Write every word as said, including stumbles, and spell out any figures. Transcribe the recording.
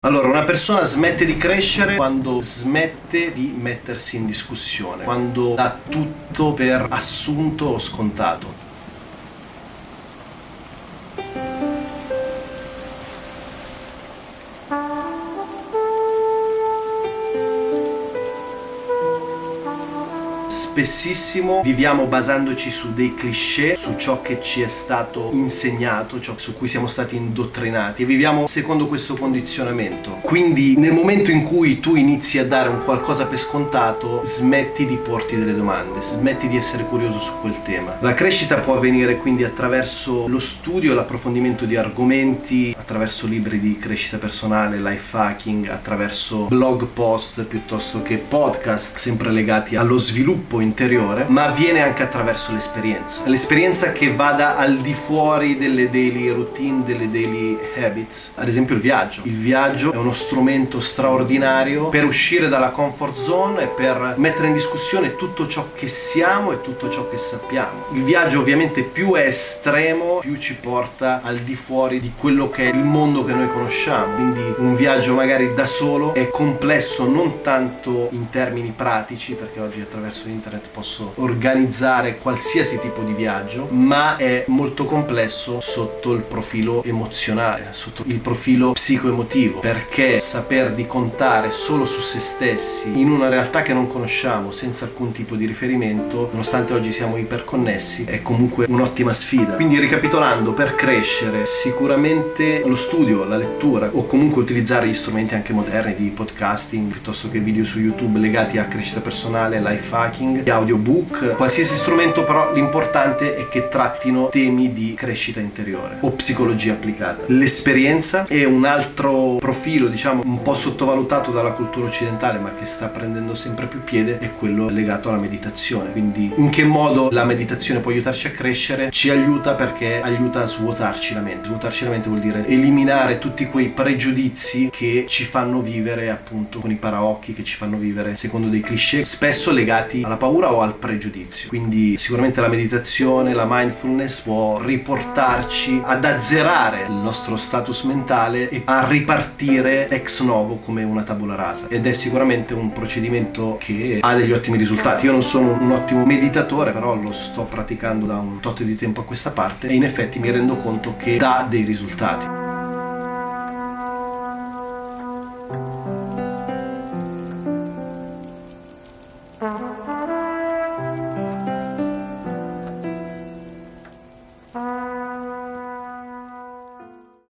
Allora, una persona smette di crescere quando smette di mettersi in discussione, quando dà tutto per assunto o scontato. Spessissimo viviamo basandoci su dei cliché, su ciò che ci è stato insegnato, ciò su cui siamo stati indottrinati, e viviamo secondo questo condizionamento. Quindi nel momento in cui tu inizi a dare un qualcosa per scontato, smetti di porti delle domande, smetti di essere curioso su quel tema. La crescita può avvenire quindi attraverso lo studio e l'approfondimento di argomenti, attraverso libri di crescita personale, life hacking, attraverso blog post piuttosto che podcast, sempre legati allo sviluppo interiore, ma avviene anche attraverso l'esperienza. L'esperienza che vada al di fuori delle daily routine, delle daily habits. Ad esempio il viaggio. Il viaggio è uno strumento straordinario per uscire dalla comfort zone e per mettere in discussione tutto ciò che siamo e tutto ciò che sappiamo. Il viaggio ovviamente più è estremo, più ci porta al di fuori di quello che è il mondo che noi conosciamo. Quindi un viaggio magari da solo è complesso non tanto in termini pratici, perché oggi attraverso internet posso organizzare qualsiasi tipo di viaggio, ma è molto complesso sotto il profilo emozionale, sotto il profilo psicoemotivo, perché saper di contare solo su se stessi in una realtà che non conosciamo, senza alcun tipo di riferimento, nonostante oggi siamo iperconnessi, è comunque un'ottima sfida. Quindi, ricapitolando, per crescere sicuramente lo studio, la lettura, o comunque utilizzare gli strumenti anche moderni di podcasting piuttosto che video su YouTube legati a crescita personale, life hacking, di audiobook, qualsiasi strumento, però l'importante è che trattino temi di crescita interiore o psicologia applicata. L'esperienza è un altro profilo, diciamo, un po' sottovalutato dalla cultura occidentale, ma che sta prendendo sempre più piede, è quello legato alla meditazione. Quindi in che modo la meditazione può aiutarci a crescere? Ci aiuta perché aiuta a svuotarci la mente. Svuotarci la mente vuol dire eliminare tutti quei pregiudizi che ci fanno vivere, appunto, con i paraocchi, che ci fanno vivere secondo dei cliché spesso legati alla paura o al pregiudizio. Quindi sicuramente la meditazione, la mindfulness può riportarci ad azzerare il nostro status mentale e a ripartire ex novo come una tabula rasa, ed è sicuramente un procedimento che ha degli ottimi risultati. Io non sono un ottimo meditatore, però lo sto praticando da un tot di tempo a questa parte e in effetti mi rendo conto che dà dei risultati.